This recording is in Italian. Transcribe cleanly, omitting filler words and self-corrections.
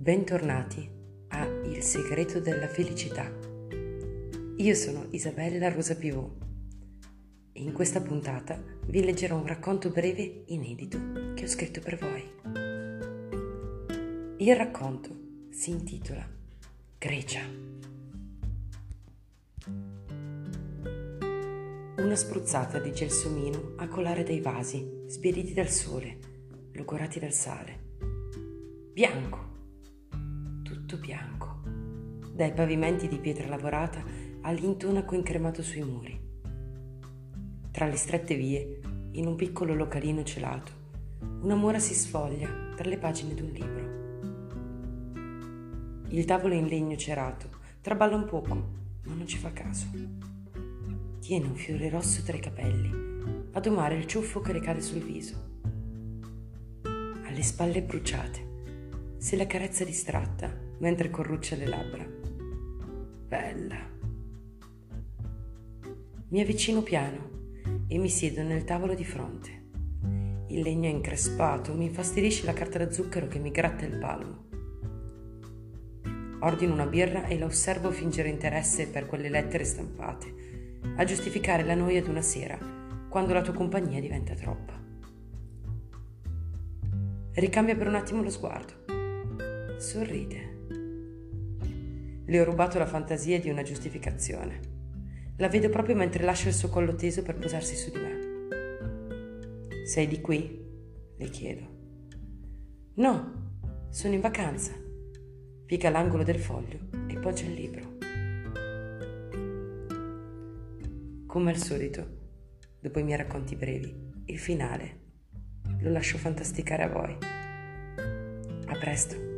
Bentornati a Il segreto della felicità. Io sono Isabella Rosa Pivot e in questa puntata vi leggerò un racconto breve inedito che ho scritto per voi. Il racconto si intitola Grecia. Una spruzzata di gelsomino a colare dai vasi, sbiaditi dal sole, logorati dal sale. Bianco, tutto bianco, dai pavimenti di pietra lavorata all'intonaco incremato sui muri. Tra le strette vie, in un piccolo localino celato, una mora si sfoglia tra le pagine d'un libro. Il tavolo in legno cerato traballa un poco, ma non ci fa caso. Tiene un fiore rosso tra i capelli, a domare il ciuffo che le cade sul viso. Ha le spalle bruciate, se la carezza distratta mentre corruccia le labbra. Bella. Mi avvicino piano e mi siedo nel tavolo di fronte. Il legno è increspato, mi infastidisce la carta da zucchero che mi gratta il palmo. Ordino una birra e la osservo fingere interesse per quelle lettere stampate, a giustificare la noia d'una sera, quando la tua compagnia diventa troppa. Ricambia per un attimo lo sguardo. Sorride. Le ho rubato la fantasia di una giustificazione. La vedo proprio mentre lascia il suo collo teso per posarsi su di me. Sei di qui? Le chiedo. No, sono in vacanza. Piega l'angolo del foglio e poggia il libro. Come al solito, dopo i miei racconti brevi, il finale lo lascio fantasticare a voi. A presto.